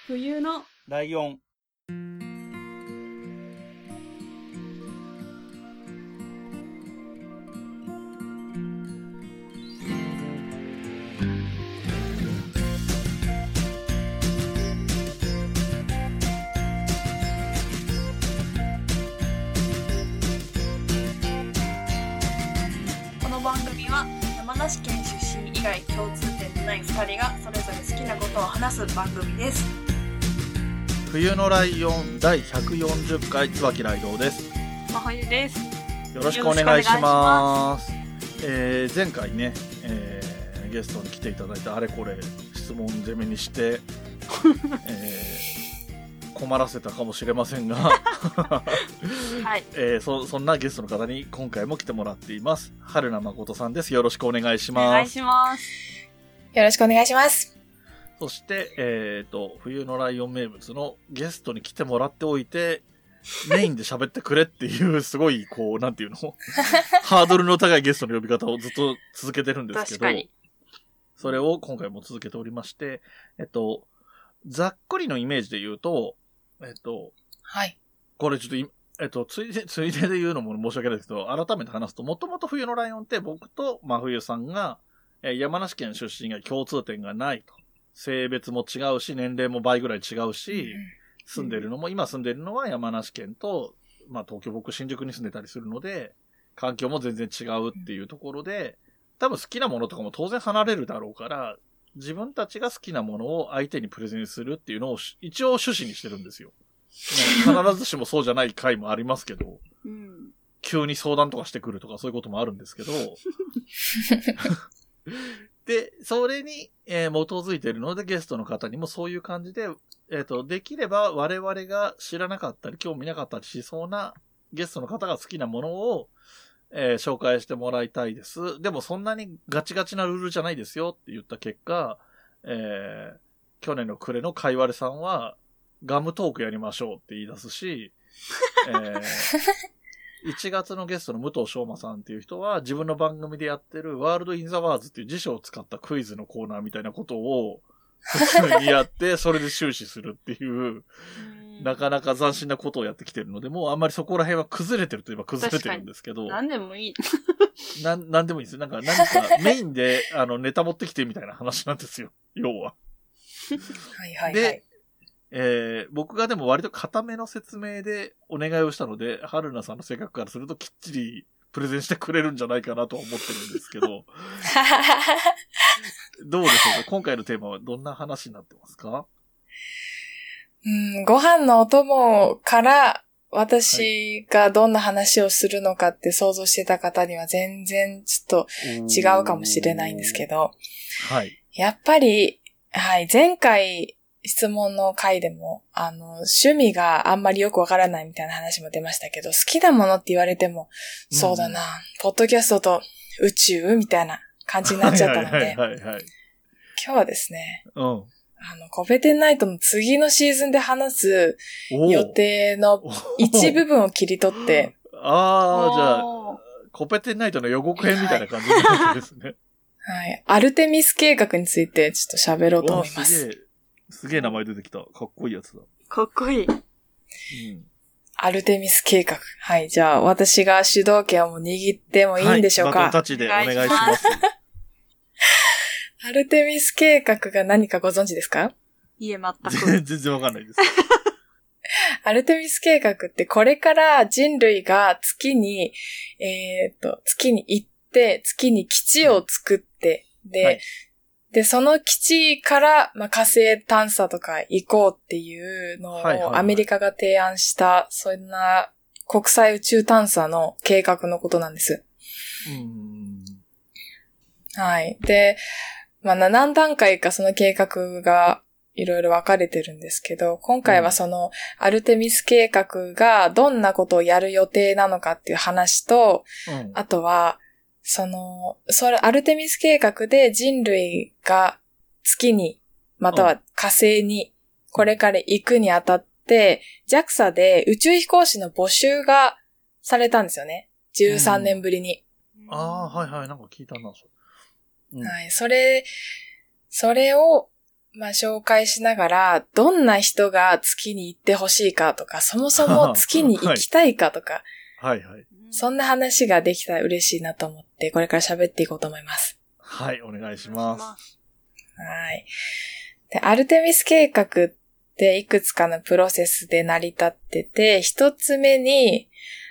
冬のライオン。 この番組は山梨県出身以外共通点のない2人がそれぞれ好きなことを話す番組です。 冬のライオン第140回椿ライドウです。 真冬です。 よろしくお願いします。前回ね、ゲストに来ていただいてあれこれ質問攻めにして、困らせたかもしれませんが、 はい、 そんなゲストの方に今回も来てもらっています。春名誠さんです。よろしくお願いします。 お願いします。 よろしくお願いします。 そして、冬のライオン名物のゲストに来てもらっておいて、メインで喋ってくれっていう、すごい、こう、なんていうのハードルの高いゲストの呼び方をずっと続けてるんですけど、それを今回も続けておりまして、ざっくりのイメージで言うと、 はい。 これちょっと、ついでで言うのも申し訳ないですけど、改めて話すと、もともと冬のライオンって僕と真冬さんが、山梨県出身が共通点がないと。性別も違うし、年齢も倍ぐらい違うし、今住んでるのは山梨県と、まあ東京僕新宿に住んでたりするので、環境も全然違うっていうところで、多分好きなものとかも当然離れるだろうから、自分たちが好きなものを相手にプレゼンするっていうのを一応趣旨にしてるんですよ。必ずしもそうじゃない回もありますけど、急に相談とかしてくるとかそういうこともあるんですけど、で、それに、基づいているのでゲストの方にもそういう感じで、できれば我々が知らなかったり興味なかったりしそうなゲストの方が好きなものを、紹介してもらいたいです。でもそんなにガチガチなルールじゃないですよって言った結果、去年の暮れのかいわれさんはガムトークやりましょうって言い出すし、1月のゲストの武藤翔馬さんっていう人は自分の番組でやってるワールドインザワーズっていう辞書を使ったクイズのコーナーみたいなことを普通にやってそれで終始するっていうなかなか斬新なことをやってきてるので、もうあんまりそこら辺は崩れてるといえば崩れてるんですけど。 何でもいい。 なんでもいいですよ。何かメインでネタ持ってきてみたいな話なんですよ。要は。 はいはいはい。 で、僕がでも割と固めの説明でお願いをしたので、春菜さんの性格からするときっちりプレゼンしてくれるんじゃないかなとは思ってるんですけど、どうでしょうか。今回のテーマはどんな話になってますか？ ご飯のお供から私がどんな話をするのかって想像してた方には全然ちょっと違うかもしれないんですけど、 はい。 やっぱり、はい、前回質問の回でも、趣味があんまりよくわからないみたいな話も出ましたけど、好きなものって言われても、そうだな、ポッドキャストと宇宙みたいな感じになっちゃったので、今日はですね、コペテンナイトの次のシーズンで話す予定の一部分を切り取って、 じゃあ、コペテンナイトの予告編みたいな感じになるんですね。 はい。アルテミス計画についてちょっと喋ろうと思います。 すげえ名前出てきた。かっこいいやつだ。 かっこいい。 アルテミス計画。はい。じゃあ、私が主導権を握ってもいいんでしょうか？ バトンタッチでお願いします。 アルテミス計画が何かご存知ですか？ いえ、全く。 全然わかんないです。 アルテミス計画ってこれから人類が月に行って、月に基地を作って、で、その基地から、火星探査とか行こうっていうのをアメリカが提案した、そんな国際宇宙探査の計画のことなんです。はい。で、何段階かその計画がいろいろ分かれてるんですけど、今回はそのアルテミス計画がどんなことをやる予定なのかっていう話と、あとは、アルテミス計画で人類が月に、または火星にこれから行くにあたって、JAXA で宇宙飛行士の募集がされたんですよね。13年ぶりに。 はいはい、なんか聞いたな。 はい、それを、 紹介しながら、どんな人が月に行ってほしいかとか、そもそも月に行きたいかとか、 はいはい。 そんな話ができたら嬉しいなと思って、これから喋っていこうと思います。 はい、お願いします。 はい。で、アルテミス計画っていくつかのプロセスで成り立ってて、一つ目に、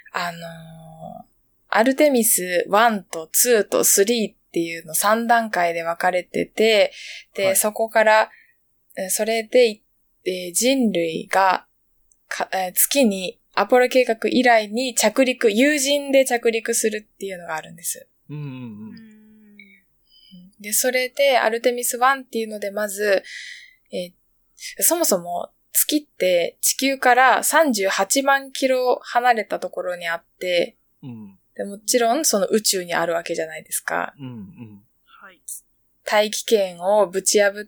アルテミス1と2と3っていうの3段階で分かれてて、で、はい、そこから、それで、人類が月にアポロ計画以来に有人で着陸するっていうのがあるんです。 うんうんうん、 で、それでアルテミス1っていうのでまず、そもそも月って地球から38万キロ離れたところにあって、 うん、 でもちろんその宇宙にあるわけじゃないですか。 うんうん、 はい。 大気圏をぶち破って、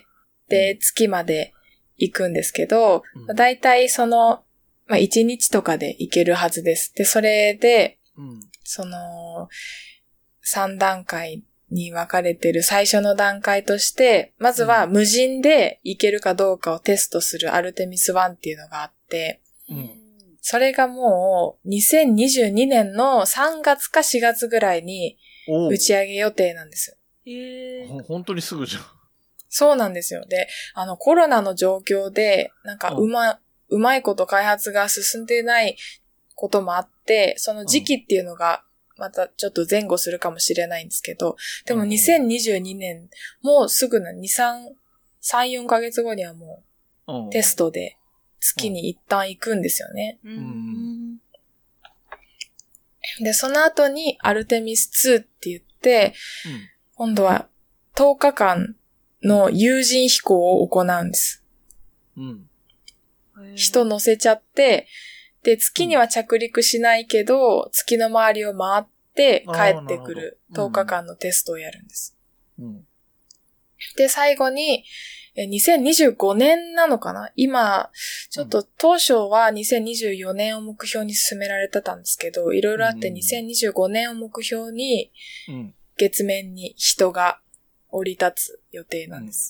で、月まで行くんですけど、だいたいその、1日とかで行けるはずです。で、それで、その、3段階に分かれてる最初の段階として、まずは無人で行けるかどうかをテストするアルテミス1っていうのがあって、それがもう2022年の3月か4月ぐらいに打ち上げ予定なんですよ。 本当にすぐじゃん。 そうなんですよ。で、コロナの状況で、なんかうまいこと開発が進んでないこともあって、その時期っていうのがまたちょっと前後するかもしれないんですけど、でも2022年、もうすぐ3、4ヶ月後にはもうテストで月に一旦行くんですよね。で、その後にアルテミス2って言って、今度は10日間の有人飛行を行うんです。人乗せちゃって、で、月には着陸しないけど、月の周りを回って帰ってくる10日間のテストをやるんです。で、最後に、2025年なのかな？今、ちょっと当初は2024年を目標に進められてたんですけど、いろいろあって2025年を目標に、月面に人が降り立つ予定なんです。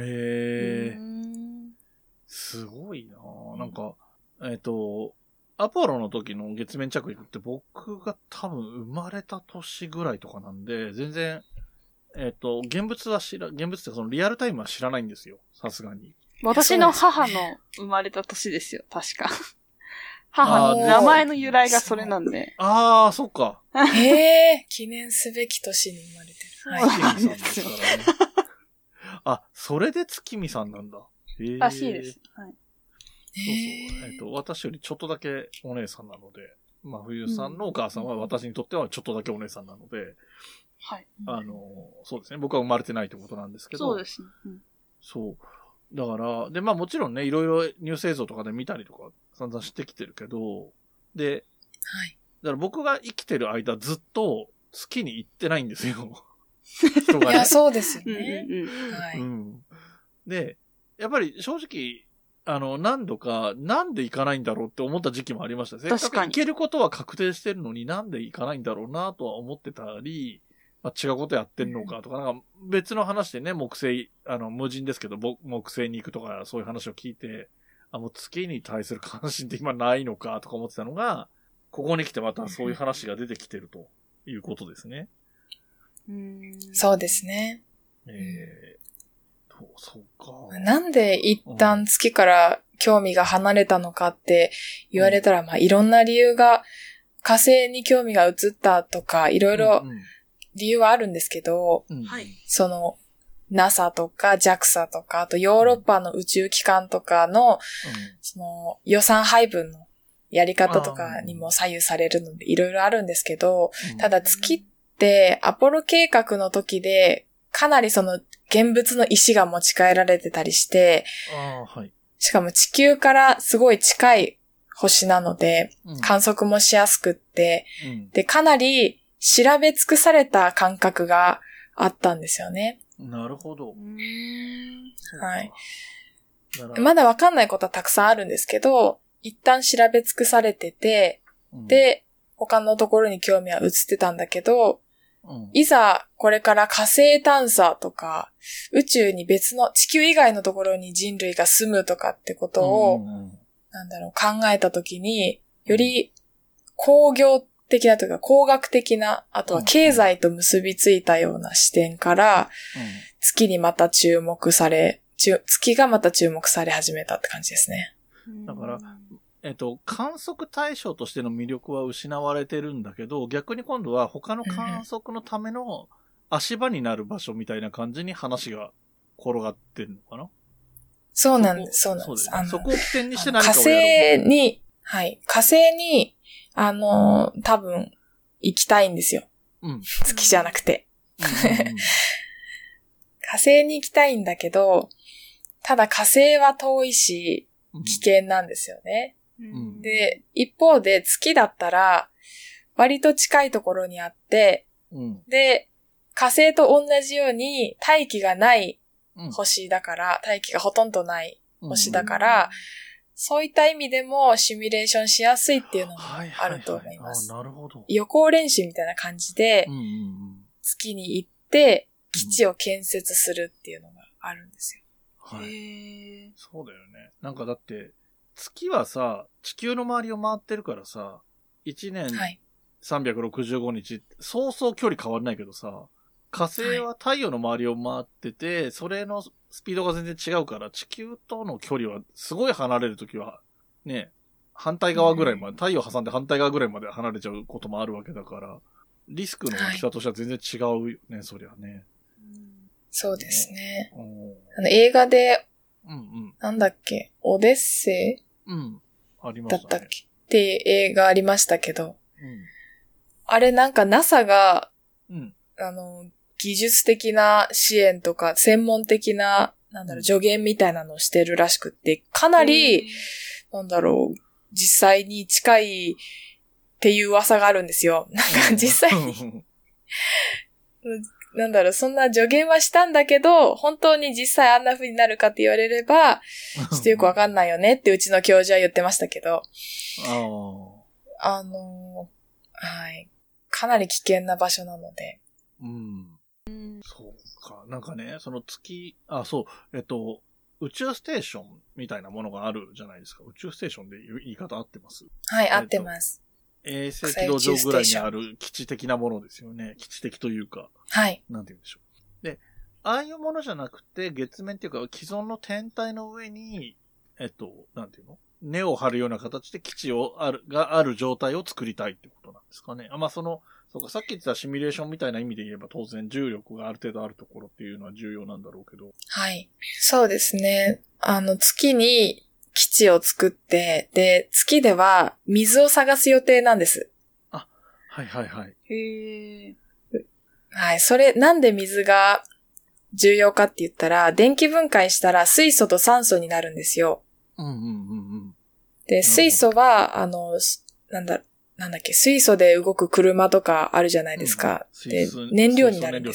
すごいな。なんか、アポロの時の月面着陸って僕が多分生まれた年ぐらいとかなんで、全然、現物ってそのリアルタイムは知らないんですよ。さすがに。 私の母の生まれた年ですよ、確か。母の名前の由来がそれなんで。 ああ、そっか。 記念すべき年に生まれてる。 はい。月見さんですからね。あ、それで月見さんなんだ。 らしいです。はい。 私よりちょっとだけお姉さんなので、冬さんのお母さんは私にとってはちょっとだけお姉さんなので、 はい。 そうですね。僕は生まれてないってことなんですけど。 そうですね。 そう。だから、で、もちろんね、いろいろニュース映像とかで見たりとか、散々してきてるけど、で、 はい。 だから僕が生きてる間ずっと月に行ってないんですよ。人がね。 いや、そうですよね。 はい。で、やっぱり正直、何度か、なんで行かないんだろうって思った時期もありました。せっかく行けることは確定してるのになんで行かないんだろうなとは思ってたり、違うことやってんのかとか、なんか別の話でね、木星、無人ですけど、木星に行くとか、そういう話を聞いて、もう月に対する関心って今ないのかとか思ってたのが、ここに来てまたそういう話が出てきてるということですね。 そうですね。 そうか。 なんで一旦月から興味が離れたのかって言われたら、いろんな理由が、火星に興味が移ったとか、いろいろ理由はあるんですけど、その、NASA とか JAXA とか、あとヨーロッパの宇宙機関とかの、その予算配分のやり方とかにも左右されるので、いろいろあるんですけど、ただ月ってアポロ計画の時で、かなりその現物の石が持ち帰られてたりして、しかも地球からすごい近い星なので、観測もしやすくって、で、かなり調べ尽くされた感覚があったんですよね。 なるほど。 はい。まだわかんないことはたくさんあるんですけど、一旦調べ尽くされてて、で、他のところに興味は移ってたんだけど、 いざこれから火星探査とか、宇宙に別の地球以外のところに人類が住むとかってことを、考えたときに、より工業的なというか工学的な、あとは経済と結びついたような視点から、月にまた注目され、月がまた注目され始めたって感じですね。 だから、観測対象としての魅力は失われてるんだけど、逆に今度は他の観測のための足場になる場所みたいな感じに話が転がってるのかな？ そうなんです、そうなんです。 そこを起点にして何かをやる。 火星に、多分、行きたいんですよ。月じゃなくて。火星に行きたいんだけど、ただ火星は遠いし、危険なんですよね。で、一方で月だったら、割と近いところにあって、で、火星と同じように大気がない星だから、大気がほとんどない星だから、そういった意味でもシミュレーションしやすいっていうのもあると思います。 なるほど。 予行練習みたいな感じで、月に行って基地を建設するっていうのがあるんですよ。 そうだよね。なんかだって、月はさ、地球の周りを回ってるからさ、1年365日、そうそう距離変わらないけどさ、火星は太陽の周りを回ってて、それのスピードが全然違うから、地球との距離はすごい離れるときは、ね、反対側ぐらいまで、太陽挟んで反対側ぐらいまで離れちゃうこともあるわけだから、リスクの大きさとしては全然違うよね、そりゃね。 そうですね。映画で、なんだっけ、オデッセイありましたね。 だったっけって映画ありましたけど、あれなんか NASA が、技術的な支援とか、専門的な、助言みたいなのをしてるらしくって、かなり、実際に近いっていう噂があるんですよ。なんか実際に、そんな助言はしたんだけど、本当に実際あんな風になるかって言われれば、ちょっとよくわかんないよねってうちの教授は言ってましたけど、はい。かなり危険な場所なので。 そうか。なんかね、その月、宇宙ステーションみたいなものがあるじゃないですか。宇宙ステーションで言い方合ってます？ はい、合ってます。 衛星軌道上ぐらいにある基地的なものですよね。基地的というか。 はい。 なんて言うんでしょう。で、ああいうものじゃなくて、月面っていうか既存の天体の上に、なんていうの？根を張るような形で基地がある状態を作りたいってことなんですかね。そうか、さっき言ってたシミュレーションみたいな意味で言えば当然重力がある程度あるところっていうのは重要なんだろうけど。 はい。そうですね。月に基地を作って、で、月では水を探す予定なんです。 あ、はいはいはい。 へー。 はい。なんで水が重要かって言ったら、電気分解したら水素と酸素になるんですよ。で、水素は、水素で動く車とかあるじゃないですか。で、燃料になるんです。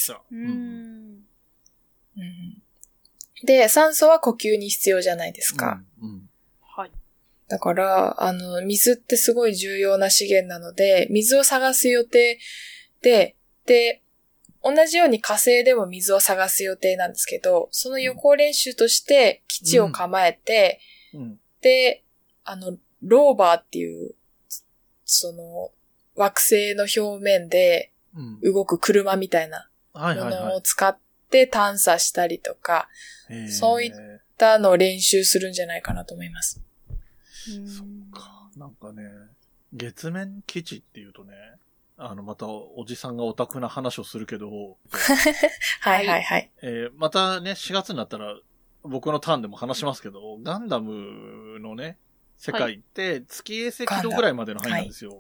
で、酸素は呼吸に必要じゃないですか。 はい。 だから、水ってすごい重要な資源なので、水を探す予定で、同じように火星でも水を探す予定なんですけど、その予行練習として基地を構えて、で、ローバーっていう、惑星の表面で動く車みたいなものを使って探査したりとか、そういったのを練習するんじゃないかなと思います。 そっか。なんかね、月面基地っていうとね、またおじさんがオタクな話をするけど、 はいはいはい。 またね、4月になったら僕のターンでも話しますけど、ガンダムのね、世界って月衛星軌道ぐらいまでの範囲なんですよ。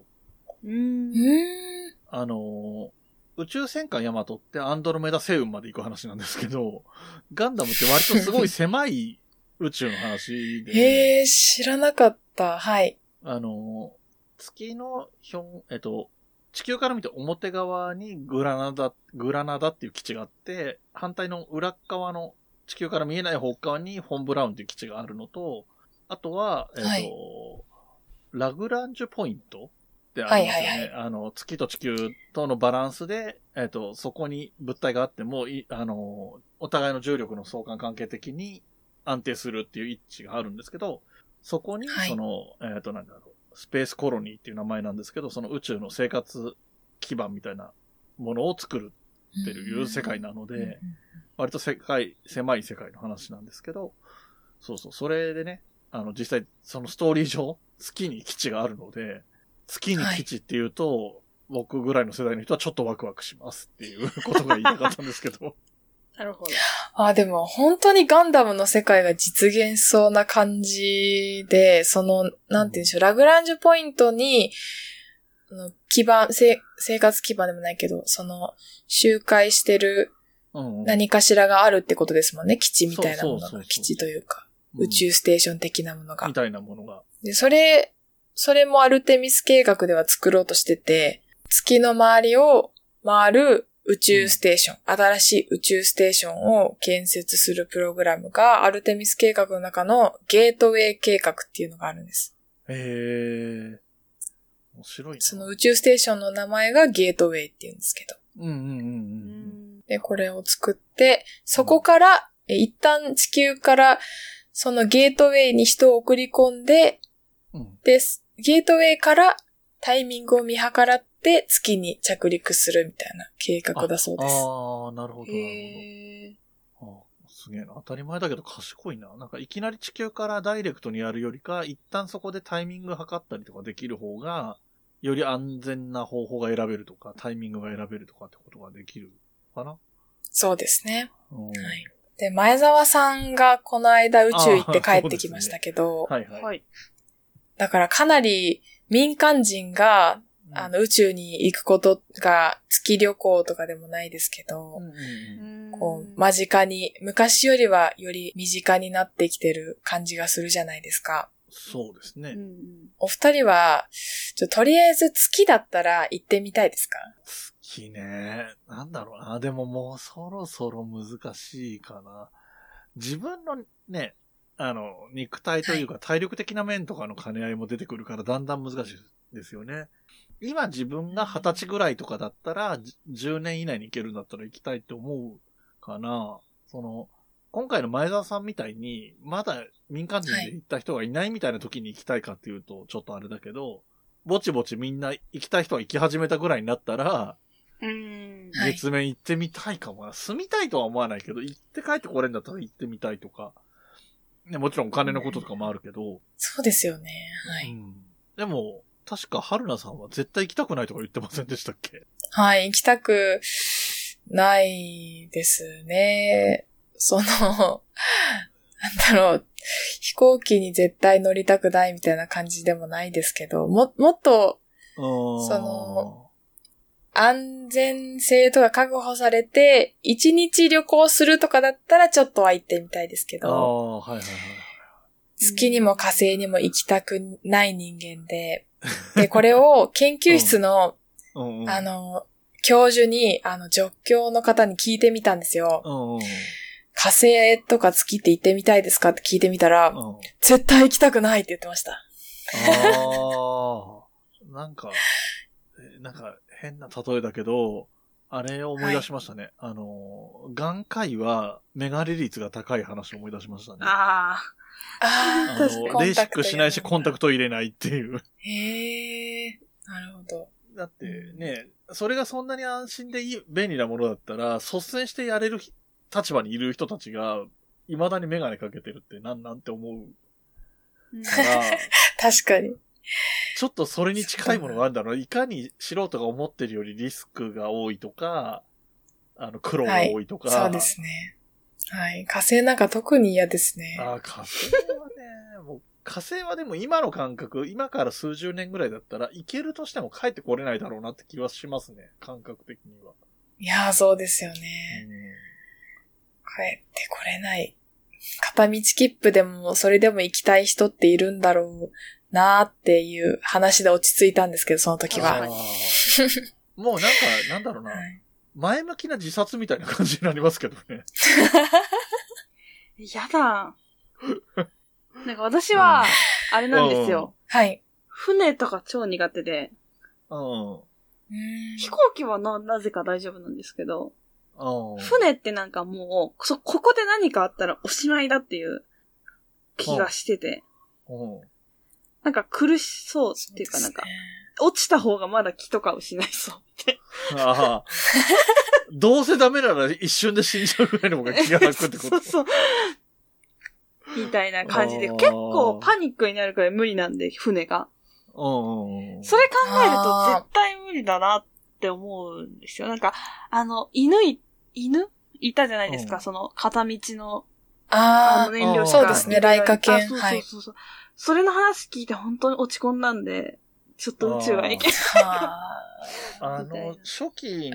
宇宙戦艦ヤマトってアンドロメダ星雲まで行く話なんですけど、ガンダムって割とすごい狭い宇宙の話で。 知らなかった。はい。 月の地球から見て表側にグラナダっていう基地があって、反対の裏側の地球から見えない方側にフォンブラウンっていう基地があるのと、あとは、ラグランジュポイントっってあるんですよね。 はいはい月と地球とのバランスで、そこに物体があっても、お互いの重力の相関関係的に安定するっていう一致があるんですけど、そこに、 はいなんだろう、スペースコロニーっていう名前なんですけど、その宇宙の生活基盤みたいなものを作るっていう世界なので、割と狭い世界の話なんですけど、そうそう、それでね、実際、そのストーリー上、月に基地があるので、月に基地っていうと、僕ぐらいの世代の人はちょっとワクワクしますっていうことが言いたかったんですけど。 なるほど。 あ、でも本当にガンダムの世界が実現しそうな感じで、なんていうんでしょう、ラグランジュポイントに、生活基盤でもないけど、周回してる何かしらがあるってことですもんね、基地みたいなものが。基地というか、宇宙ステーション的なものが。 みたいなものが。 で、それもアルテミス計画では作ろうとしてて、月の周りを回る宇宙ステーション、新しい宇宙ステーションを建設するプログラムがアルテミス計画の中のゲートウェイ計画っていうのがあるんです。 へー。面白いな。 その宇宙ステーションの名前がゲートウェイっていうんですけど。で、これを作って、そこから、一旦地球からそのゲートウェイに人を送り込んで、で、ゲートウェイからタイミングを見計らって月に着陸するみたいな計画だそうです。 ああ、なるほど、なるほど。すげえな。当たり前だけど賢いな。なんかいきなり地球からダイレクトにやるよりか、一旦そこでタイミング測ったりとかできる方が、より安全な方法が選べるとか、タイミングが選べるとかってことができるかな？ そうですね。はい。で、前澤さんがこの間宇宙行って帰ってきましたけど、 はいはい。 だからかなり民間人が、宇宙に行くことが月旅行とかでもないですけど、こう、間近に、昔よりはより身近になってきてる感じがするじゃないですか。 そうですね。 お二人は、とりあえず月だったら行ってみたいですか？ 月ね。なんだろうな。でももうそろそろ難しいかな。自分のね、肉体というか体力的な面とかの兼ね合いも出てくるからだんだん難しいですよね。今自分が20歳ぐらいとかだったら、10年以内に行けるんだったら行きたいって思うかな。今回の前澤さんみたいに、まだ民間人で行った人がいないみたいな時に行きたいかっていうと、ちょっとあれだけど、ぼちぼちみんな行きたい人は行き始めたぐらいになったら、月面行ってみたいかもな。住みたいとは思わないけど、行って帰ってこれんだったら行ってみたいとか。ね、もちろんお金のこととかもあるけど。 そうですよね。はい。 でも、確か春菜さんは絶対行きたくないとか言ってませんでしたっけ？ はい、行きたくないですね。なんだろう、飛行機に絶対乗りたくないみたいな感じでもないですけど、もっと、安全性とか確保されて、1日旅行するとかだったらちょっとは行ってみたいですけど、月にも火星にも行きたくない人間で、これを研究室の、教授に、助教の方に聞いてみたんですよ。火星とか月って行ってみたいですかって聞いてみたら、絶対行きたくないって言ってました。 なんか変な例えだけど、あれを思い出しましたね。眼科医はメガネ率が高い話を思い出しましたね。レーシックしないしコンタクト入れないっていう。 へー、なるほど。 だってね、それがそんなに安心で便利なものだったら、率先してやれる立場にいる人たちが、未だにメガネかけてるってなんて思うから。 確かに。 ちょっとそれに近いものがあるんだろう。いかに素人が思ってるよりリスクが多いとか、苦労が多いとか。 そうですね。はい。火星なんか特に嫌ですね。 火星はね、もう火星はでも今の感覚、今から数十年ぐらいだったら行けるとしても帰ってこれないだろうなって気はしますね。感覚的には。 いやー、そうですよね。帰ってこれない。片道切符でもそれでも行きたい人っているんだろうなーっていう話で落ち着いたんですけど、その時は。 もうなんだろうな。前向きな自殺みたいな感じになりますけどね。 やだ。なんか私は、あれなんですよ。 はい。 船とか超苦手で。 飛行機はなぜか大丈夫なんですけど、船ってなんかもう、ここで何かあったらおしまいだっていう気がしてて、なんか苦しそうっていうかなんか、落ちた方がまだ気とか失いそうって。 ああ。どうせダメなら一瞬で死んじゃうぐらいの方が気が楽ってこと。 そう。みたいな感じで、結構パニックになるくらい無理なんで、船が。それ考えると絶対無理だなって思うんですよ。なんか、犬いたじゃないですか、その片道の、燃料車。 そうですね、雷火犬。 はい。それの話聞いて本当に落ち込んだんで、ちょっと宇宙はいけない。 初期に、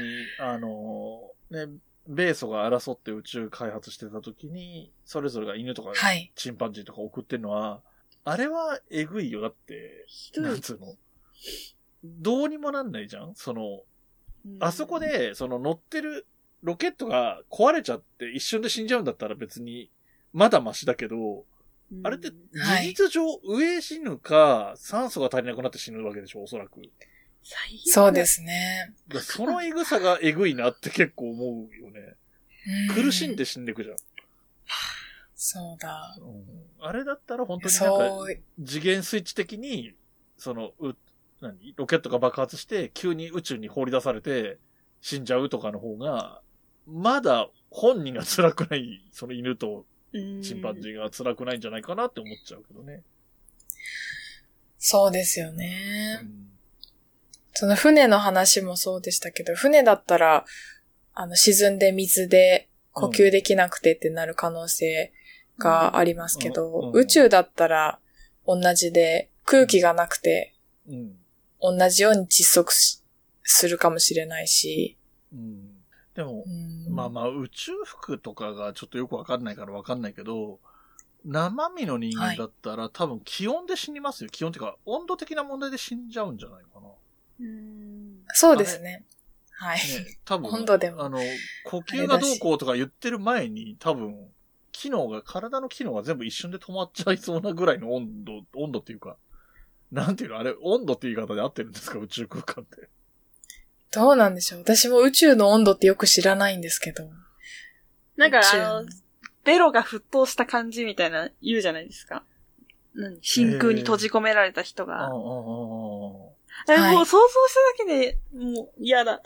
米ソが争って宇宙開発してた時に、それぞれが犬とか、チンパンジーとか送ってるのは、あれはえぐいよ。だって、なんつうの。どうにもなんないじゃんあそこで、乗ってるロケットが壊れちゃって一瞬で死んじゃうんだったら別に、まだマシだけど、あれって事実上、飢え死ぬか、酸素が足りなくなって死ぬわけでしょ、おそらく。 そうですね。 そのエグさがエグいなって結構思うよね。苦しんで死んでいくじゃん。 そうだ。 あれだったら本当になんか、次元スイッチ的に、ロケットが爆発して急に宇宙に放り出されて死んじゃうとかの方が、まだ本人が辛くない、その犬とチンパンジーが辛くないんじゃないかなって思っちゃうけどね。 そうですよね。その船の話もそうでしたけど、船だったら、沈んで水で呼吸できなくてってなる可能性がありますけど、宇宙だったら同じで空気がなくて、同じように窒息するかもしれないし。 でも、まあ宇宙服とかがちょっとよくわかんないからわかんないけど、生身の人間だったら、多分気温で死にますよ。気温っていうか、温度的な問題で死んじゃうんじゃないかな。 そうですね。はい。 ね、多分、 温度でも呼吸がどうこうとか言ってる前に、多分、体の機能が全部一瞬で止まっちゃいそうなぐらいの温度っていうか、なんていうのあれ、温度って言い方で合ってるんですか宇宙空間って。 どうなんでしょう私も宇宙の温度ってよく知らないんですけど。 なんかベロが沸騰した感じみたいな言うじゃないですか。真空に閉じ込められた人が。もう想像しただけで、もう嫌だ。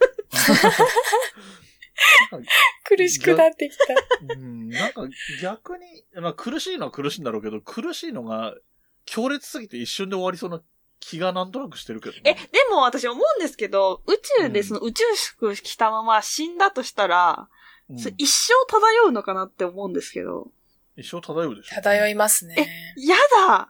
苦しくなってきた。 なんか逆に、まあ苦しいのは苦しいんだろうけど、苦しいのが強烈すぎて一瞬で終わりそうな気がなんとなくしてるけど、ね。 でも私思うんですけど、宇宙でその宇宙服着たまま死んだとしたら、一生漂うのかなって思うんですけど。 一生漂うでしょ。 漂いますね。 やだ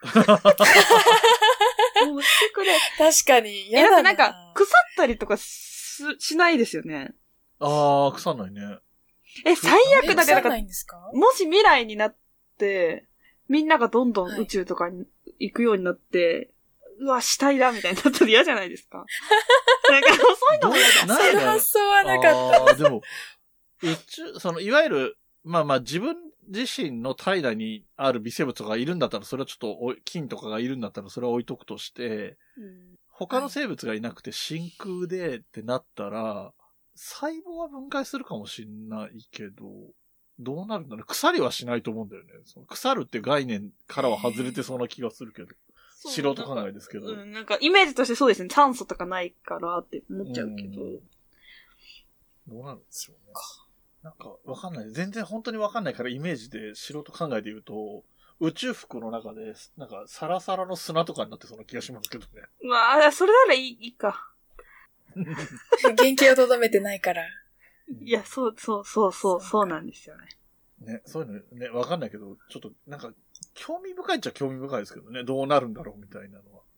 もうしてくれ。 確かに。やだな。 なんか、腐ったりとかしないですよね。 腐んないね。 最悪だから、 もし未来になって、みんながどんどん宇宙とかに行くようになって、うわ、死体だみたいになったら嫌じゃないですか。なんか、そういうのも嫌だ。 その発想はなかった。 でも、いわゆる、自分自身の体内にある微生物がいるんだったら、それはちょっと、菌とかがいるんだったら、それは置いとくとして、他の生物がいなくて真空でってなったら、細胞は分解するかもしんないけど、どうなるんだろう。腐りはしないと思うんだよね。腐るって概念からは外れてそうな気がするけど。素人考えですけど。 なんかイメージとしてそうですね。酸素とかないからって思っちゃうけど。 どうなるんでしょうね。なんかわかんない。全然本当にわかんないからイメージで素人考えで言うと、宇宙服の中で、なんかサラサラの砂とかになってそうな気がしますけどね。 それならいいか。 原型をとどめてないから。 いや、そうなんですよね。 ね、そういうのね、わかんないけど、ちょっとなんか、興味深いっちゃ興味深いですけどね、どうなるんだろうみたいなのは。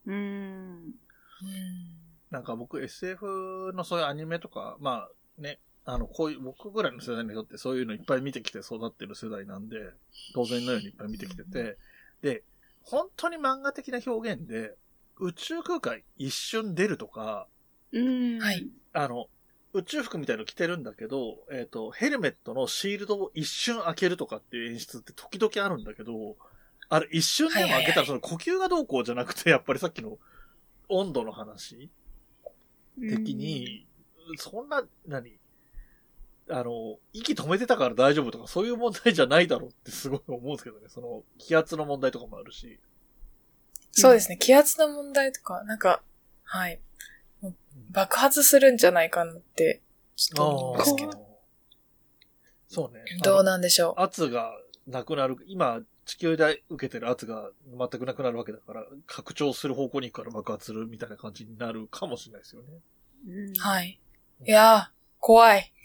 なんか僕 SF のそういうアニメとか、こういう僕ぐらいの世代にとってそういうのいっぱい見てきて育ってる世代なんで、当然のようにいっぱい見てきてて、で、本当に漫画的な表現で、宇宙空間一瞬出るとか、 はい。 宇宙服みたいの着てるんだけど、ヘルメットのシールドを一瞬開けるとかっていう演出って時々あるんだけど、あれ一瞬でも開けたらその呼吸がどうこうじゃなくて、やっぱりさっきの温度の話的に、そんな、息止めてたから大丈夫とかそういう問題じゃないだろうってすごい思うんですけどね。その、気圧の問題とかもあるし。 そうですね。気圧の問題とか、はい。爆発するんじゃないかなって、ちょっと思うんですけど。 そうね。 どうなんでしょう。 圧がなくなる。今、地球で受けてる圧が全くなくなるわけだから、拡張する方向に行くから爆発するみたいな感じになるかもしれないですよね。 はい。いやー、怖い。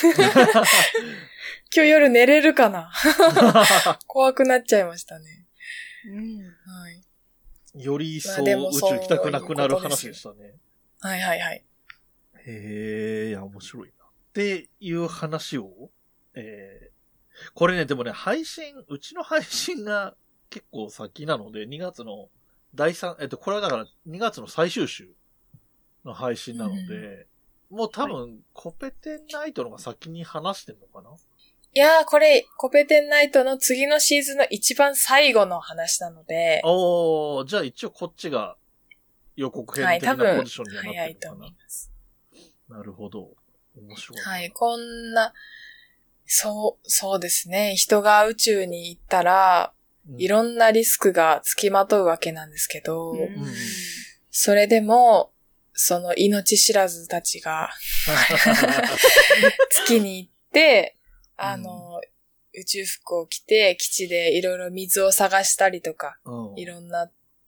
今日夜寝れるかな怖くなっちゃいましたね。 はい。より一層宇宙行きたくなくなる話でしたね。 はいはいはい。 いや、面白いな。っていう話を、これね、でもね、うちの配信が結構先なので、2月の第3、これはだから2月の最終週の配信なので、もう多分、コペテンナイトのが先に話してんのかな？ いやー、これ、コペテンナイトの次のシーズンの一番最後の話なので。 じゃあ一応こっちが予告編的なポジションにはなってるのかな。 早いと思います。 なるほど。面白い。 はい、こんな、そうですね。人が宇宙に行ったら、いろんなリスクがつきまとうわけなんですけど、それでも、その命知らずたちが月に行って、宇宙服を着て基地でいろいろ水を探したりとか、いろんな、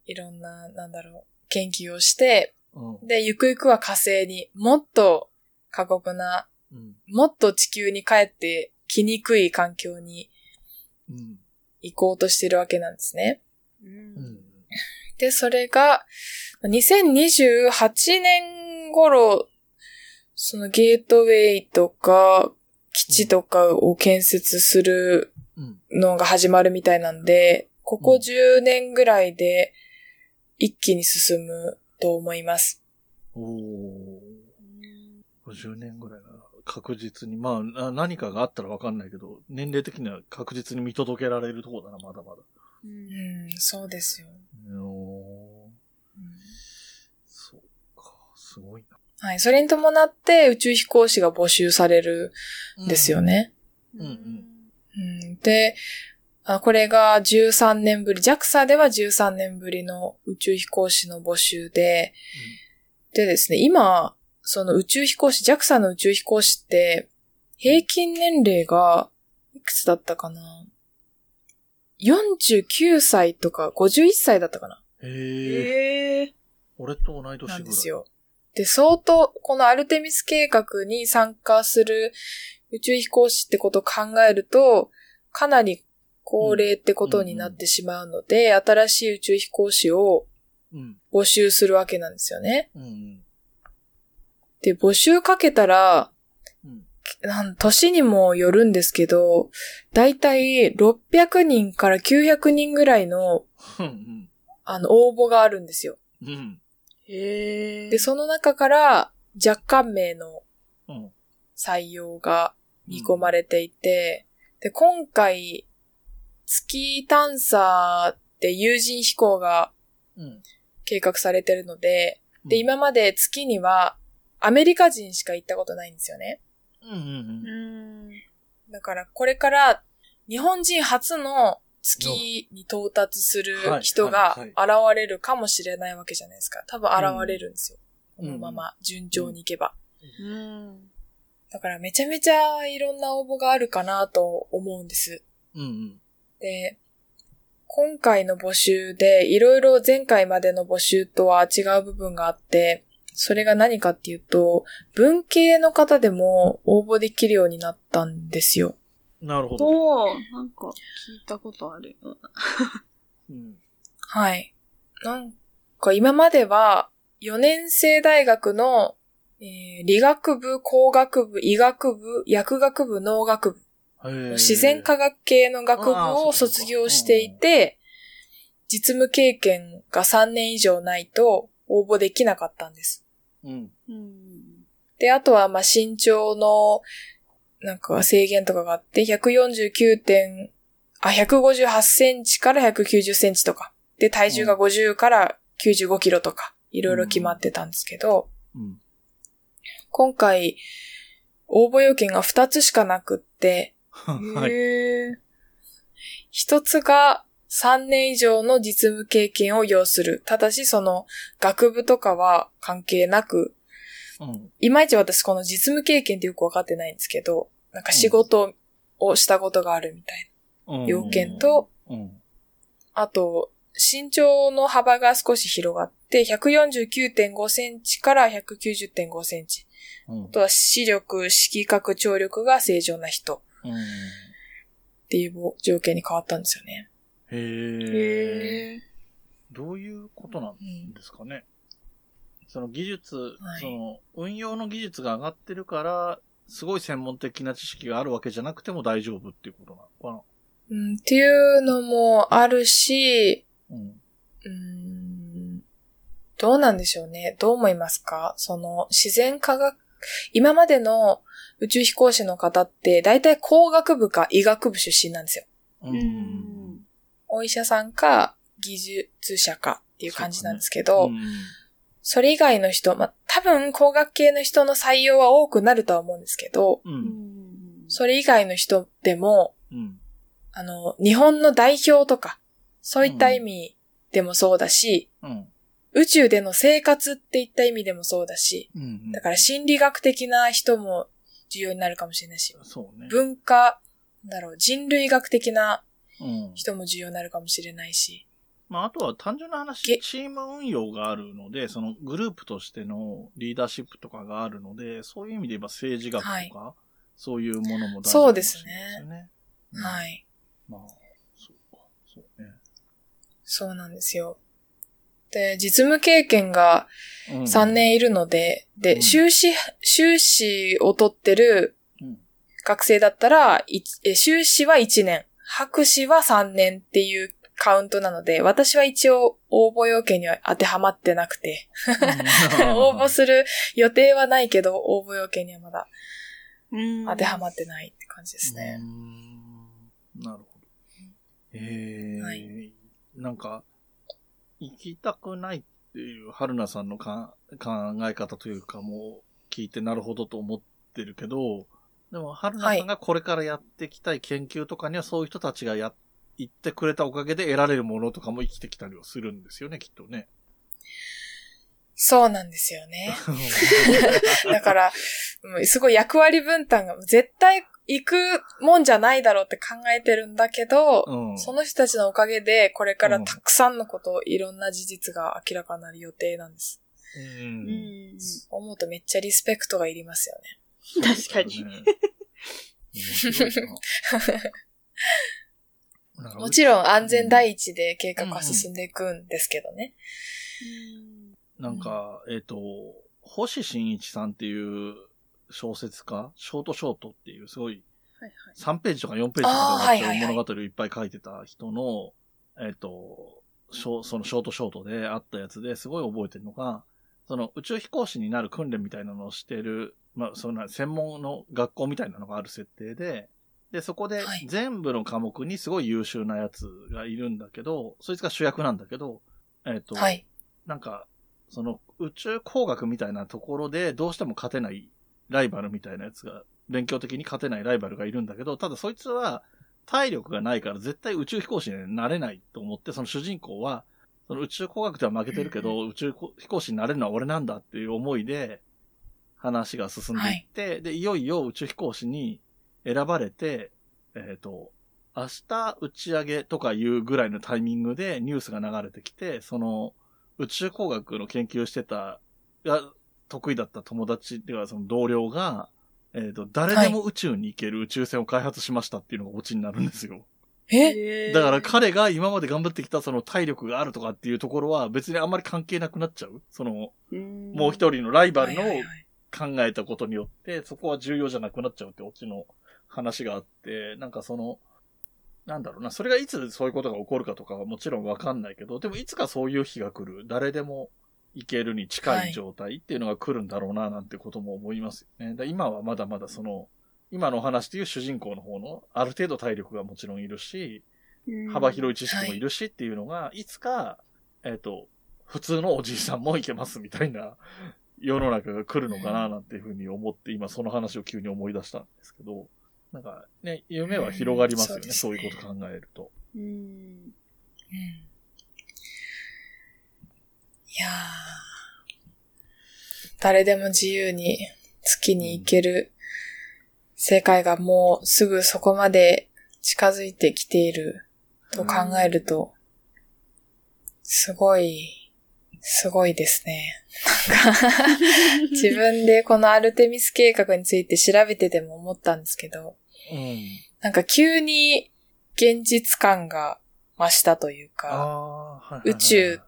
研究をして、で、ゆくゆくは火星にもっと過酷な、もっと地球に帰って来にくい環境に行こうとしてるわけなんですね。で、それが、2028年頃、そのゲートウェイとか、基地とかを建設するのが始まるみたいなんで、ここ10年ぐらいで一気に進むと思います。 50年ぐらいなら確実に、まあ何かがあったらわかんないけど、年齢的には確実に見届けられるところだな、まだまだ。 そうですよ。 そうか、すごいな。 はい、それに伴って宇宙飛行士が募集されるんですよね。で、これが13年ぶり、JAXA では13年ぶりの宇宙飛行士の募集で、でですね、今、その宇宙飛行士、JAXA の宇宙飛行士って、平均年齢が、いくつだったかな ?49 歳とか51歳だったかな。 俺と同い年ぐらい。 なんですよ。で、相当、このアルテミス計画に参加する宇宙飛行士ってことを考えると、かなり高齢ってことになってしまうので、新しい宇宙飛行士を募集するわけなんですよね。で、募集かけたら、年にもよるんですけど、だいたい600人から900人ぐらいの、応募があるんですよ。で、その中から若干名の採用が見込まれていて、で、今回、月探査で有人飛行が計画されてるので、で、今まで月にはアメリカ人しか行ったことないんですよね。だからこれから日本人初の月に到達する人が現れるかもしれないわけじゃないですか。多分現れるんですよ。このまま順調にいけば。だからめちゃめちゃいろんな応募があるかなと思うんです。で、今回の募集でいろいろ前回までの募集とは違う部分があって、それが何かっていうと、文系の方でも応募できるようになったんですよ。 なるほど。 なんか聞いたことあるよ。 はい。なんか今までは4年生大学の、理学部、工学部、医学部、薬学部、農学部、自然科学系の学部を卒業していて、実務経験が3年以上ないと応募できなかったんです。で、あとは身長のなんか制限とかがあって、158センチから190センチとか。で、体重が50から95キロとか。 いろいろ決まってたんですけど、 うん、 今回、応募要件が2つしかなくって、 はい。 1つが3年以上の実務経験を要する。ただしその学部とかは関係なく、いまいち私この実務経験ってよくわかってないんですけど、なんか仕事をしたことがあるみたいな要件と、あと、身長の幅が少し広がって、149.5 センチから 190.5 センチ。あとは視力、色覚、聴力が正常な人。っていう条件に変わったんですよね。 へー。どういうことなんですかね。その技術、はい、その運用の技術が上がってるから、すごい専門的な知識があるわけじゃなくても大丈夫っていうことなのかな。 っていうのもあるし、どうなんでしょうね。どう思いますか？その自然科学、今までの宇宙飛行士の方って大体工学部か医学部出身なんですよ。お医者さんか技術者かっていう感じなんですけど、それ以外の人、多分工学系の人の採用は多くなるとは思うんですけど、それ以外の人でも、日本の代表とか、そういった意味でもそうだし、宇宙での生活っていった意味でもそうだし、だから心理学的な人も重要になるかもしれないし、文化、人類学的な人も重要になるかもしれないし。 あとは単純な話、チーム運用があるので、そのグループとしてのリーダーシップとかがあるので、そういう意味で言えば政治学とか、そういうものも大事かもしれないですよね。 はい。 そうね。 そうなんですよ。で、実務経験が3年いるので、で、修士を取ってる学生だったら、修士は1年、博士は3年っていうカウントなので、私は一応応募要件には当てはまってなくて、応募する予定はないけど、応募要件にはまだ当てはまってないって感じですね。 なるほど。はい、なんか、行きたくないっていう春菜さんの考え方というかもう聞いてなるほどと思ってるけど、でも春菜さんがこれからやっていきたい研究とかにはそういう人たちが言ってくれたおかげで得られるものとかも生きてきたりはするんですよね、きっとね。 そうなんですよね。だから、すごい役割分担が絶対行くもんじゃないだろうって考えてるんだけど、その人たちのおかげでこれからたくさんのこと、いろんな事実が明らかになる予定なんです。思うとめっちゃリスペクトがいりますよね。 確かに。 もちろん安全第一で計画は進んでいくんですけどね。 なんか、星新一さんっていう小説家、ショートっていうすごい、3ページとか4ページとかで物語をいっぱい書いてた人の、そのショートであったやつですごい覚えてるのが、その宇宙飛行士になる訓練みたいなのをしてる、そんな専門の学校みたいなのがある設定で、そこで全部の科目にすごい優秀なやつがいるんだけど、そいつが主役なんだけど、なんか、その宇宙工学みたいなところでどうしても勝てないライバルみたいなやつが、勉強的に勝てないライバルがいるんだけど、ただそいつは体力がないから絶対宇宙飛行士になれないと思って、その主人公は、その宇宙工学では負けてるけど、宇宙飛行士になれるのは俺なんだっていう思いで話が進んでいって、で、いよいよ宇宙飛行士に選ばれて、明日打ち上げとかいうぐらいのタイミングでニュースが流れてきて、その宇宙工学の研究してた、得意だった友達ではその同僚が、誰でも宇宙に行ける宇宙船を開発しましたっていうのがオチになるんですよ。だから彼が今まで頑張ってきたその体力があるとかっていうところは別にあんまり関係なくなっちゃう。その、もう一人のライバルの考えたことによって、そこは重要じゃなくなっちゃうってオチの話があって、なんかその、なんだろうな、それがいつそういうことが起こるかとかはもちろんわかんないけど、でもいつかそういう日が来る、誰でもいけるに近い状態っていうのが来るんだろうな、なんてことも思いますよね。今はまだまだその、今のお話でいう主人公の方の、ある程度体力がもちろんいるし、幅広い知識もいるしっていうのが、いつか、 普通のおじいさんもいけますみたいな世の中が来るのかななんていうふうに思って、今その話を急に思い出したんですけど、なんかね、夢は広がりますよね、そういうこと考えると。 いやー、誰でも自由に月に行ける世界がもうすぐそこまで近づいてきていると考えると、すごいですね。なんか自分でこのアルテミス計画について調べてても思ったんですけど、なんか急に現実感が増したというか、宇宙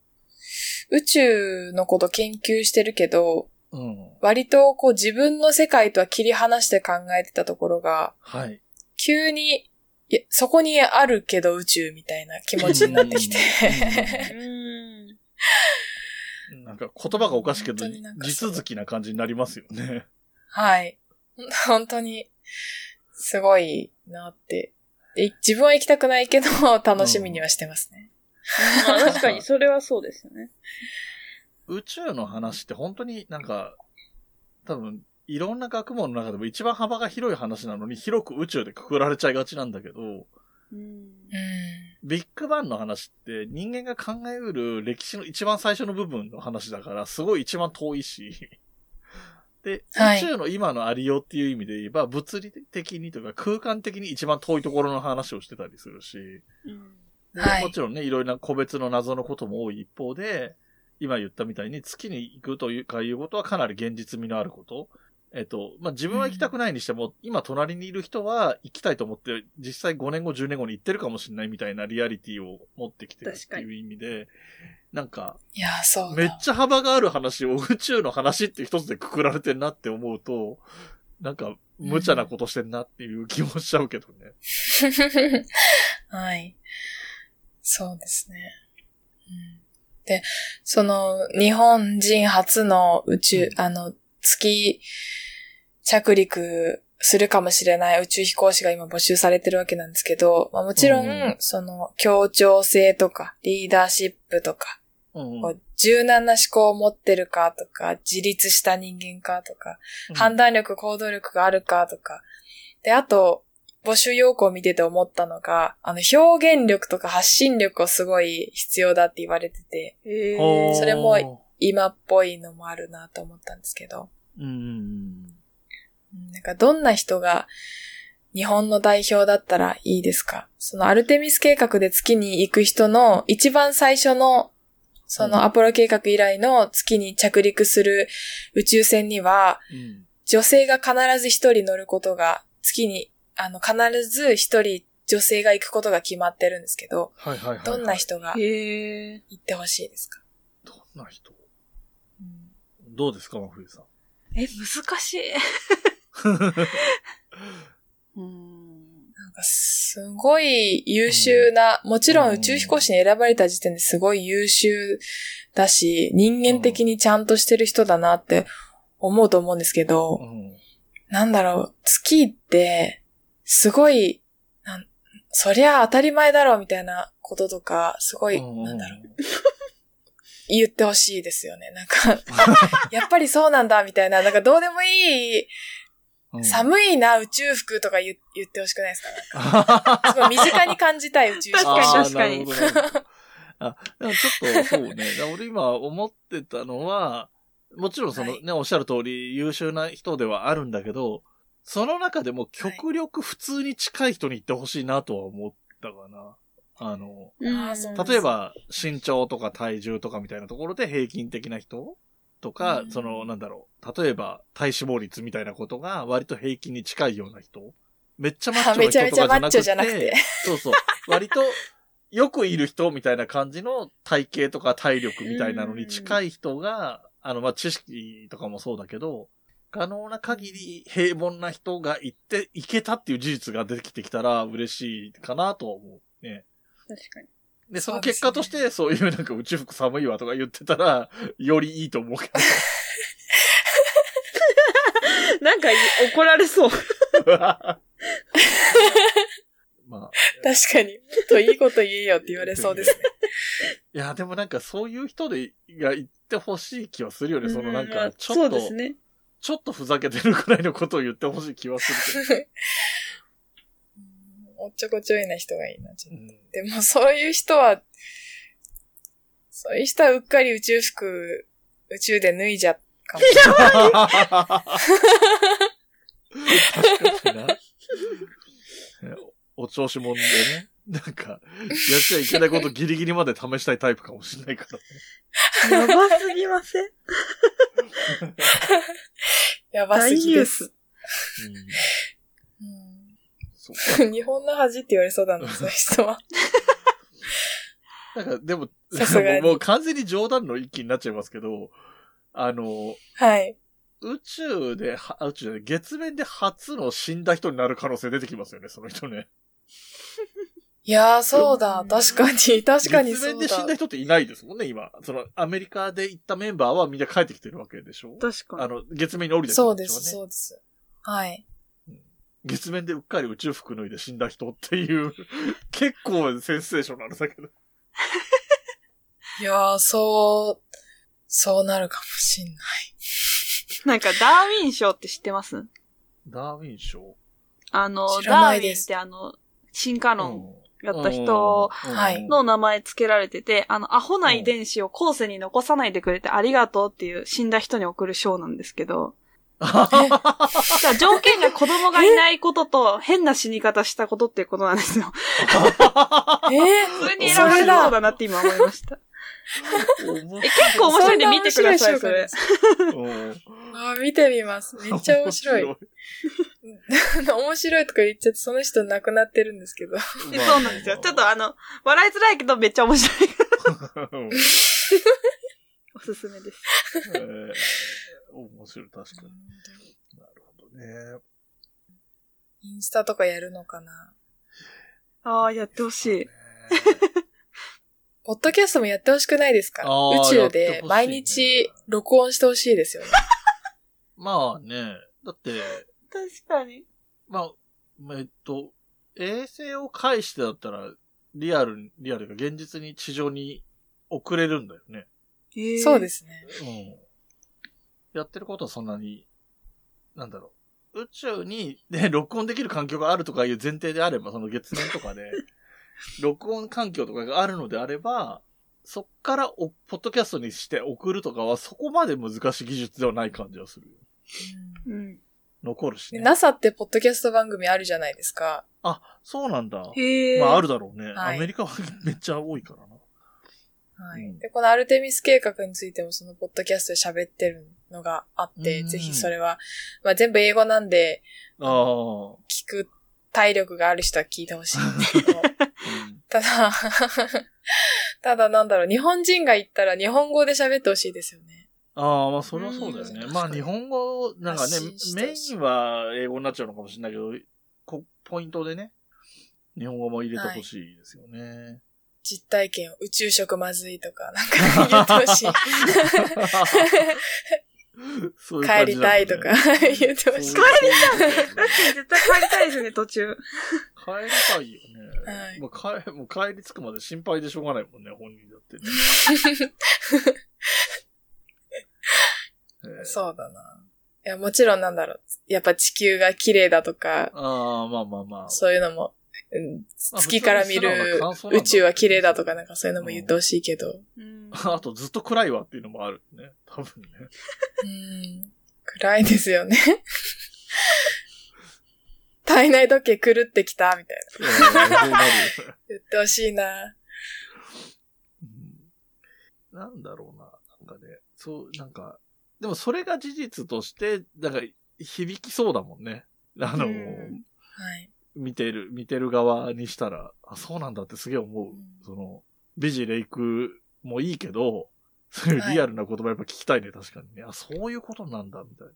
のこと研究してるけど、割とこう自分の世界とは切り離して考えてたところが、急にそこにあるけど宇宙みたいな気持ちになってきてなんか言葉がおかしいけど地続きな感じになりますよね。 はい。本当にすごいなって。自分は行きたくないけど楽しみにはしてますね。 まあ確かにそれはそうですよね。 宇宙の話って本当になんか多分いろんな学問の中でも一番幅が広い話なのに広く宇宙でくくられちゃいがちなんだけど、ビッグバンの話って人間が考えうる歴史の一番最初の部分の話だからすごい一番遠いし、で、宇宙の今のありようっていう意味で言えば物理的にというか空間的に一番遠いところの話をしてたりするし、もちろんね、いろいろな個別の謎のことも多い一方で、今言ったみたいに月に行くというかいうことはかなり現実味のあること。まあ、自分は行きたくないにしても、今隣にいる人は行きたいと思って、実際5年後、10年後に行ってるかもしれないみたいなリアリティを持ってきてるっていう意味で、なんか、 いや、そうめっちゃ幅がある話を宇宙の話って一つでくくられてんなって思うと、なんか、無茶なことしてんなっていう気もしちゃうけどね。 はい。そうですね。で、その、日本人初の宇宙、月着陸するかもしれない宇宙飛行士が今募集されてるわけなんですけど、まあ、もちろん、その、協調性とか、リーダーシップとか、こう柔軟な思考を持ってるかとか、自立した人間かとか、判断力、行動力があるかとか、で、あと、募集要項を見てて思ったのが、表現力とか発信力をすごい必要だって言われてて、それも今っぽいのもあるなと思ったんですけど、なんかどんな人が日本の代表だったらいいですか？そのアルテミス計画で月に行く人の一番最初のそのアポロ計画以来の月に着陸する宇宙船には、女性が必ず一人乗ることが月に必ず一人女性が行くことが決まってるんですけど、どんな人が行ってほしいですか？ どんな人？どうですか、真冬さん。 難しい。 なんかすごい優秀な、もちろん宇宙飛行士に選ばれた時点ですごい優秀だし、人間的にちゃんとしてる人だなって思うと思うんですけど、なんだろう、月ってすごい、そりゃ当たり前だろうみたいなこととか、すごい、なんだろう。言ってほしいですよね。なんか、やっぱりそうなんだみたいな、なんかどうでもいい、寒いな宇宙服とか言ってほしくないですか？すごい身近に感じたい宇宙服。 確かに。 でもちょっとそうね。俺今思ってたのは、もちろんそのね、おっしゃる通り優秀な人ではあるんだけど、その中でも極力普通に近い人に行ってほしいなとは思ったかな。例えば身長とか体重とかみたいなところで平均的な人とか、例えば体脂肪率みたいなことが割と平均に近いような人。めっちゃマッチョな人とかじゃなくて。めちゃめちゃマッチョじゃなくて。そうそう。割とよくいる人みたいな感じの体型とか体力みたいなのに近い人が、知識とかもそうだけど、可能な限り平凡な人がいけたっていう事実が出てきたら嬉しいかなとは思うね。 確かに。 で、その結果として、そういうなんか宇宙服寒いわとか言ってたら、よりいいと思うけど。 なんか怒られそう。 まあ、確かに。もっといいこと言えよって言われそうですね。 いいや、でもなんかそういう人が言ってほしい気はするよね。そのなんか、ちょっと、 そうですね。 ちょっとふざけてるくらいのことを言ってほしい気はするけど。 おっちょこちょいな人がいいな、ちょっと。でもそういう人はうっかり宇宙服、宇宙で脱いじゃかもしれない。 確かにな。お調子者でね。なんか、やっちゃいけないことギリギリまで試したいタイプかもしれないからね。やばすぎません？ やばすぎです。日本の恥って言われそうだな、そういう人は。 なんか、でも、もう完全に冗談の域になっちゃいますけど、はい。宇宙で月面で初の死んだ人になる可能性出てきますよね、その人ね。 いやー、そうだ。確かにそうだ。 月面で死んだ人っていないですもんね、今。その、アメリカで行ったメンバーはみんな帰ってきてるわけでしょ？ 確かに。 月面に降りてるわけでしょうね。 そうです。はい。 月面でうっかり宇宙服脱いで死んだ人っていう、結構センセーショナルだけど。 いやー、そうなるかもしんない。 なんか、ダーウィン賞って知ってます？ ダーウィン賞？ ダーウィンって進化論やった人の名前付けられてて、アホな遺伝子を後世に残さないでくれてありがとうっていう死んだ人に送る賞なんですけど、条件が子供がいないことと変な死に方したことっていうことなんですよ。 普通に選ばれそうだなって今思いました。結構面白いんで見てください、それ。 見てみます。めっちゃ面白い。面白いとか言っちゃってその人亡くなってるんですけど。 そうなんですよ。ちょっと笑いづらいけどめっちゃ面白い。おすすめです。 面白い、確かに。なるほどね。 インスタとかやるのかな？ ああ、やってほしい。 ポッドキャストもやってほしくないですか？宇宙で毎日録音してほしいですよね。 まあね。だって。 確かに。 まあ、衛星を介してだったら、リアルが現実に地上に送れるんだよね。 そうですね。 やってることはそんなに、なんだろう。宇宙に、ね、録音できる環境があるとかいう前提であれば、その月面とかで、録音環境とかがあるのであれば、そっからポッドキャストにして送るとかはそこまで難しい技術ではない感じはする。残るしね。 NASA ってポッドキャスト番組あるじゃないですか。 あ、そうなんだ。 へー。 まああるだろうね。はい、アメリカはめっちゃ多いからな。 はい。で、このアルテミス計画についてもそのポッドキャストで喋ってるのがあって、ぜひそれは、まあ全部英語なんで、聞く体力がある人は聞いてほしいんですけど、ただなんだろう、日本人が言ったら日本語で喋ってほしいですよね。 ああ、まあそれはそうだよね。まあ日本語、なんかね、メインは英語になっちゃうのかもしれないけど、ポイントでね、日本語も入れてほしいですよね。はい、 実体験、宇宙食まずいとか、なんか言ってほしい。 そういう感じ、 帰りたいとか言ってほしい。 帰りたい。確かに絶対帰りたいですね、途中。 帰りたいよね。はい、もう帰り着くまで心配でしょうがないもんね、本人だってね。 そうだな。いや、もちろんなんだろう。やっぱ地球が綺麗だとか。 まあ。 そういうのも、月から見る宇宙は綺麗だとかなんかそういうのも言ってほしいけど。 あとずっと暗いわっていうのもあるね。多分ね。 暗いですよね。体内時計狂ってきたみたいな。言ってほしいな。 なんだろうな。なんかね、なんか、でもそれが事実として、なんか響きそうだもんね。はい。見てる側にしたら、あ、そうなんだってすげえ思う。ビジレイクもいいけど、そういうリアルな言葉やっぱ聞きたいね、確かにね。あ、そういうことなんだ、みたいな。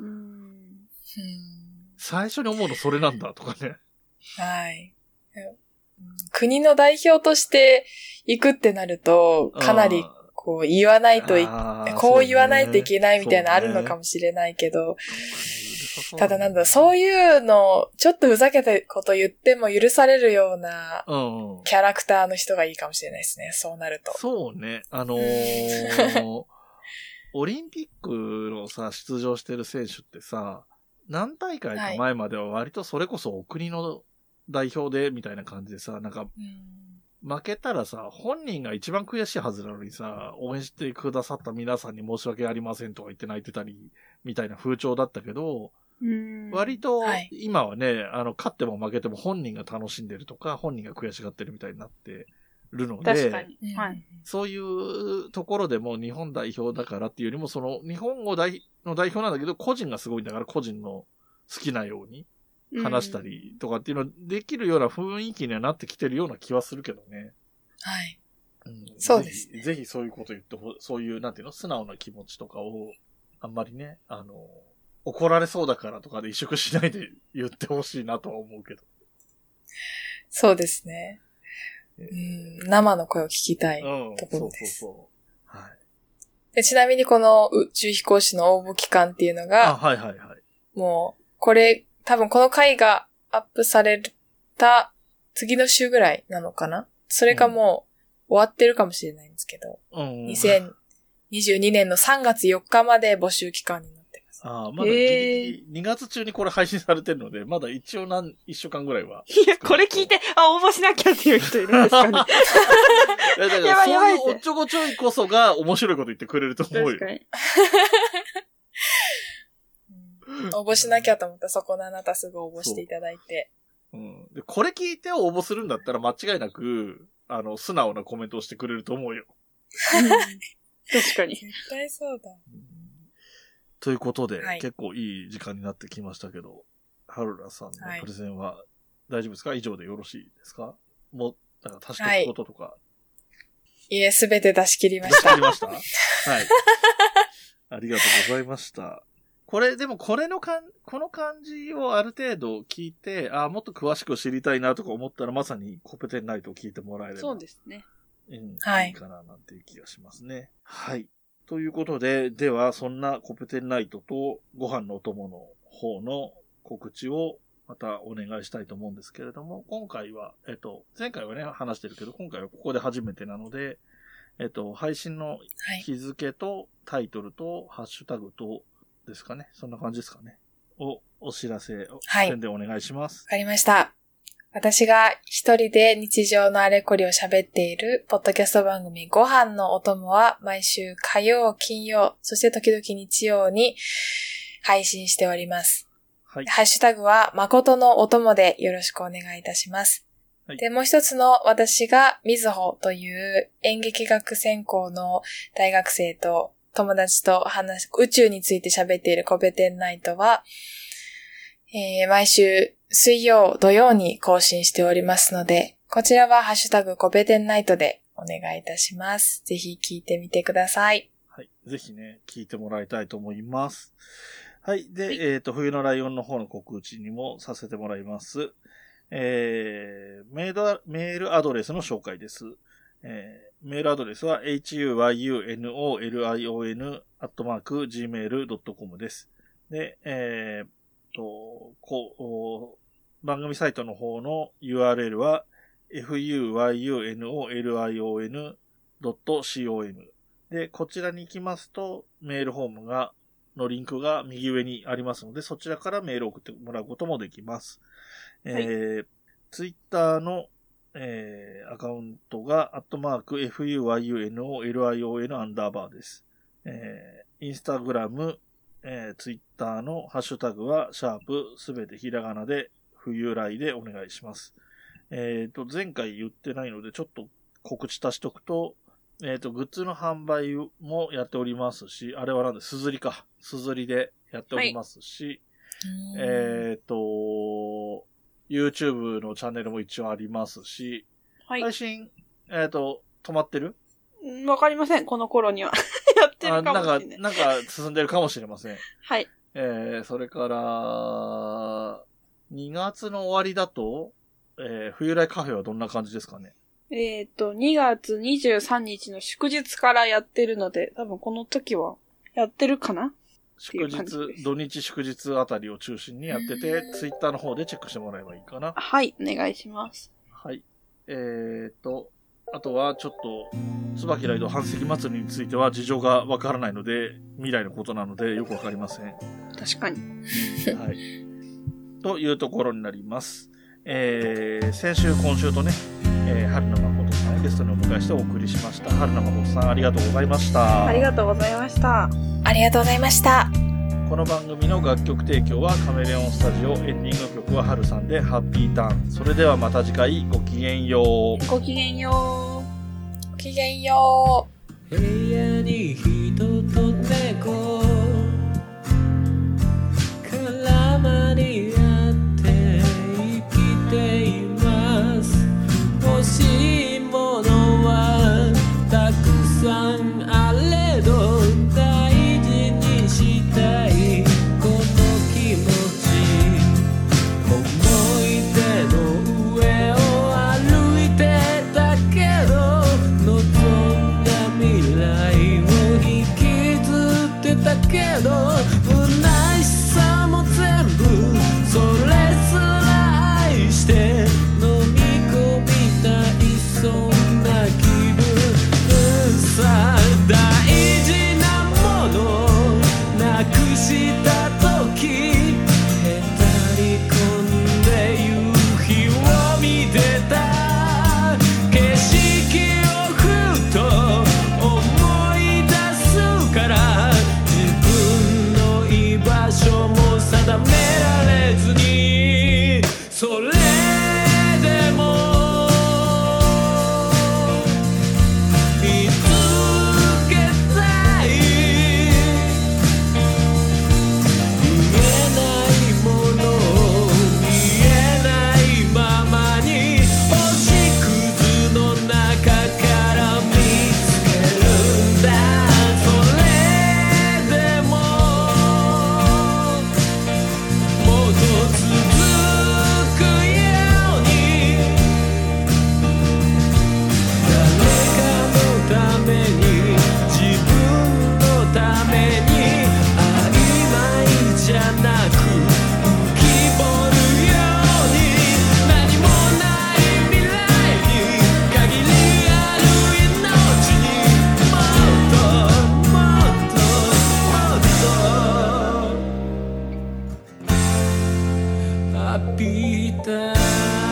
最初に思うのそれなんだ、とかね。 はい。国の代表として行くってなると、かなり、こう言わないとこう言わないといけないみたいなのあるのかもしれないけど、 ただなんだ、そういうの、ちょっとふざけたこと言っても許されるような、キャラクターの人がいいかもしれないですね。そうなると。 そうね。オリンピックのさ、出場してる選手ってさ、何大会か前までは割とそれこそお国の代表でみたいな感じでさ、なんか、負けたらさ、本人が一番悔しいはずなのにさ、応援してくださった皆さんに申し訳ありませんとか言って泣いてたり、みたいな風潮だったけど、割と今はね、勝っても負けても本人が楽しんでるとか、本人が悔しがってるみたいになってるので、 確かに。はい。 そういうところでも日本代表だからっていうよりも、その日本の代表なんだけど、個人がすごいんだから個人の好きなように話したりとかっていうのできるような雰囲気にはなってきてるような気はするけどね。 はい。そうですね。 ぜひそういうこと言って、そういう、なんていうの、素直な気持ちとかを、あんまりね、怒られそうだからとかで萎縮しないで言ってほしいなとは思うけど。 そうですね。生の声を聞きたいところです。 そう。はい。 で、ちなみにこの宇宙飛行士の応募期間っていうのが、 はい。 もう、これ、多分この回がアップされた次の週ぐらいなのかな？それかもう終わってるかもしれないんですけど、2022年の3月4日まで募集期間になってます。 まだギリギリ2月中にこれ配信されてるので、まだ一応1週間ぐらいは。 いや、これ聞いて、応募しなきゃっていう人いるんですかね。 だからそういうおっちょこちょいこそが面白いこと言ってくれると思うよ。 確かに。 応募しなきゃと思ったらそこのあなたすぐ応募していただいて。 でこれ聞いて応募するんだったら間違いなく、素直なコメントをしてくれると思うよ。 確かに。 絶対そうだ。 ということで、結構いい時間になってきましたけど、ハルラさんのプレゼンは大丈夫ですか？以上でよろしいですか？もう、だから足していくこととか。 いえ、すべて出し切りました。 出し切りましたはい。ありがとうございました。でもこの感じをある程度聞いて、もっと詳しく知りたいなとか思ったら、まさにコペテンナイトを聞いてもらえれば。 そうですね。 いいかななんていう気がしますね。はい。ということで、では、そんなコペテンナイトとご飯のお供の方の告知をまたお願いしたいと思うんですけれども、今回は、前回はね、話してるけど、今回はここで初めてなので、配信の日付とタイトルとハッシュタグと、ですかね。そんな感じですかね。お知らせ、宣伝お願いします。 わかりました。私が一人で日常のあれこれを喋っているポッドキャスト番組ご飯のお供は毎週火曜、金曜、そして時々日曜に配信しております。はい。ハッシュタグは誠のお供でよろしくお願いいたします。はい、で、もう一つの私がみずほという演劇学専攻の大学生と友達と宇宙について喋っているコペテンナイトは、毎週水曜、土曜に更新しておりますので、こちらはハッシュタグコペテンナイトでお願いいたします。ぜひ聞いてみてください。 はい。ぜひね、聞いてもらいたいと思います。はい。で、冬のライオンの方の告知にもさせてもらいます。メールアドレスの紹介です。メールアドレスは huyunolion@gmail.com です。で、番組サイトの方の URL は fuyunolion.com で、こちらに行きますとメールフォームのリンクが右上にありますので、そちらからメールを送ってもらうこともできます。ツイッターのアカウントが、@fuyunolion_ です。インスタグラム、ツイッターのハッシュタグは、すべてひらがなで、冬来でお願いします。前回言ってないので、ちょっと告知足しとくと、グッズの販売もやっておりますし、あれはなんで、すずりでやっておりますし、YouTube のチャンネルも一応ありますし、はい、配信、止まってる？ わかりません、この頃には。やってるかもしれない。 なんか進んでるかもしれません。 はい。 それから、2月の終わりだと、冬来カフェはどんな感じですかね ？2月23日の祝日からやってるので、多分この時はやってるかな？ いう感じです。 土日祝日あたりを中心にやってて、ツイッターの方でチェックしてもらえばいいかな。 はい、お願いします。 はい。あとはちょっと、椿ライド半世紀祭りについては事情がわからないので、未来のことなのでよくわかりません。 確かに。 はい。というところになります。先週、今週とね、春名誠さんをゲストにお迎えしてお送りしました。春名誠さん、ありがとうございました。 ありがとうございました。 ありがとうございました。 この番組の楽曲提供はカメレオンスタジオ、エンディング曲は春さんでハッピーターン。それではまた次回、ごきげんよう。 ごきげんよう。ごきげんよう。部屋に人と猫絡まり合って生きています。欲しいものはたくさんあれど大事にしたいこの気持ち、思い出の上を歩いてたけど望んだ未来を引きずってたけど虚しさも全部それすら愛して飲み込みたいそんな気分さ。大事なものなくした時へたり込んで夕日を見てた景色をふと思い出すから自分の居場所も定められずにそれでも見つけたい見えないものを見えないままに星屑の中から見つけるんだ。それでももっと続くように誰かのために自分のために曖昧じゃなく浮き彫るように何もない未来に限りある命にもっともっともっとハッピーターン